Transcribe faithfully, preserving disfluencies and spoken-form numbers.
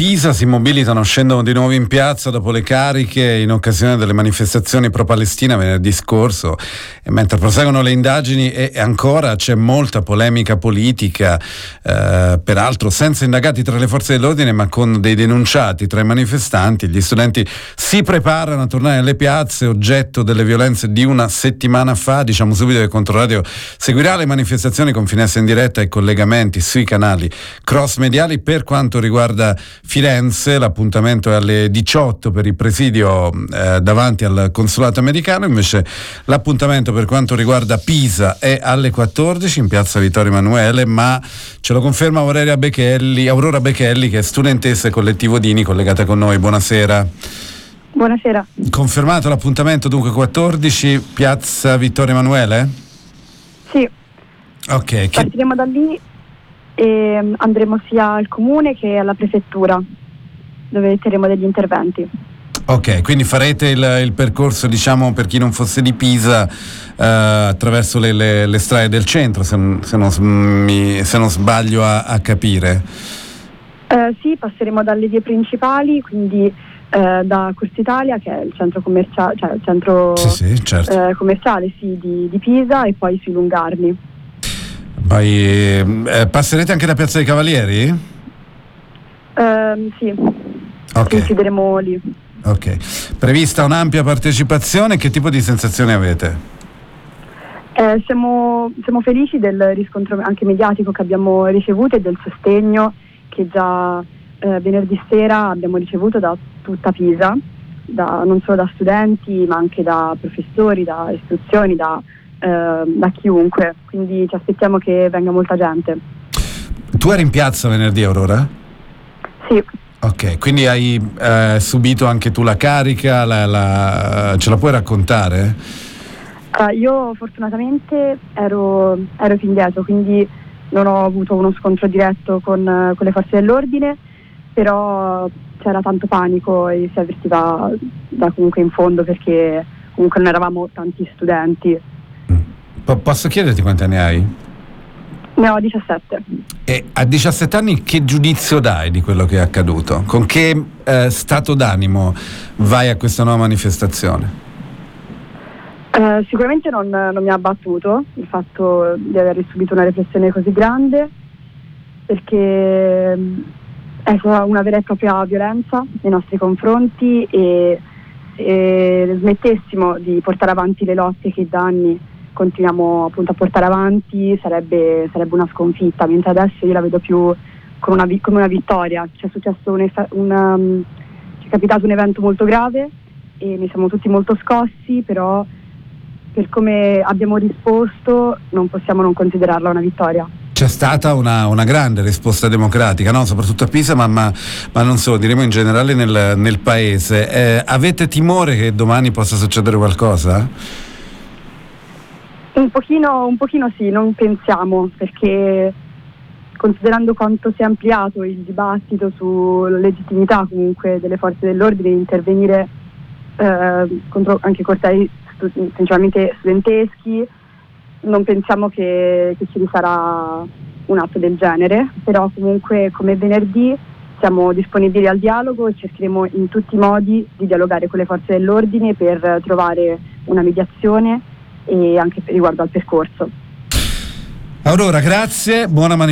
Pisa si mobilitano, scendono di nuovo in piazza dopo le cariche in occasione delle manifestazioni pro-Palestina venerdì scorso, e mentre proseguono le indagini e ancora c'è molta polemica politica, eh, peraltro senza indagati tra le forze dell'ordine ma con dei denunciati tra i manifestanti. Gli studenti si preparano a tornare alle piazze, oggetto delle violenze di una settimana fa. Diciamo subito che Controradio seguirà le manifestazioni con finestra in diretta e collegamenti sui canali cross mediali. Per quanto riguarda Firenze, l'appuntamento è alle diciotto per il presidio eh, davanti al consolato americano, invece l'appuntamento per quanto riguarda Pisa è alle quattordici in piazza Vittorio Emanuele, ma ce lo conferma Aurelia Bechelli, Aurora Bechelli, che è studentessa e collettivo Dini, collegata con noi. Buonasera. Buonasera. Confermato l'appuntamento dunque quattordici, piazza Vittorio Emanuele? Sì. Ok. Che... Partiremo da lì e andremo sia al comune che alla prefettura, dove terremo degli interventi. Ok, quindi farete il, il percorso, diciamo, per chi non fosse di Pisa, eh, attraverso le, le, le strade del centro, se non, se non, mi, se non sbaglio a, a capire. Eh, sì, passeremo dalle vie principali, quindi eh, da Corso Italia, che è il centro commerciale, cioè il centro sì, sì, certo. eh, commerciale sì, di, di Pisa, e poi sui Lungarni. Poi eh, passerete anche da Piazza dei Cavalieri? Eh, sì, okay. Coincideremo lì. Ok, prevista un'ampia partecipazione, che tipo di sensazioni avete? Eh, siamo, siamo felici del riscontro anche mediatico che abbiamo ricevuto e del sostegno che già eh, venerdì sera abbiamo ricevuto da tutta Pisa, da, non solo da studenti ma anche da professori, da istituzioni, da Uh, da chiunque, quindi ci aspettiamo che venga molta gente. Tu eri in piazza venerdì, Aurora? Sì. Ok, quindi hai eh, subito anche tu la carica, la, la, ce la puoi raccontare? Uh, io fortunatamente ero, ero più indietro, quindi non ho avuto uno scontro diretto con, con le forze dell'ordine, però c'era tanto panico e si avvertiva da comunque in fondo, perché comunque non eravamo tanti studenti. P- posso chiederti quanti anni hai? Ne ho diciassette. E a diciassette anni che giudizio dai di quello che è accaduto? Con che eh, stato d'animo vai a questa nuova manifestazione? Eh, sicuramente non, non mi ha abbattuto il fatto di aver subito una repressione così grande, perché è stata una vera e propria violenza nei nostri confronti, e se smettessimo di portare avanti le lotte che da anni continuiamo appunto a portare avanti, sarebbe, sarebbe una sconfitta, mentre adesso io la vedo più come una, come una vittoria. C'è successo un, una, ci è capitato un evento molto grave e ne siamo tutti molto scossi, però per come abbiamo risposto non possiamo non considerarla una vittoria. C'è stata una, una grande risposta democratica, no? Soprattutto a Pisa, ma, ma, ma non solo, diremo in generale nel, nel paese. Eh, avete timore che domani possa succedere qualcosa? Un pochino, un pochino sì, non pensiamo, perché considerando quanto si è ampliato il dibattito sulla legittimità comunque delle forze dell'ordine di intervenire eh, contro anche cortei stu- principalmente studenteschi, non pensiamo che, che ci sarà un atto del genere, però comunque come venerdì siamo disponibili al dialogo e cercheremo in tutti i modi di dialogare con le forze dell'ordine per trovare una mediazione e anche riguardo al percorso. Aurora, grazie, buona manifestazione.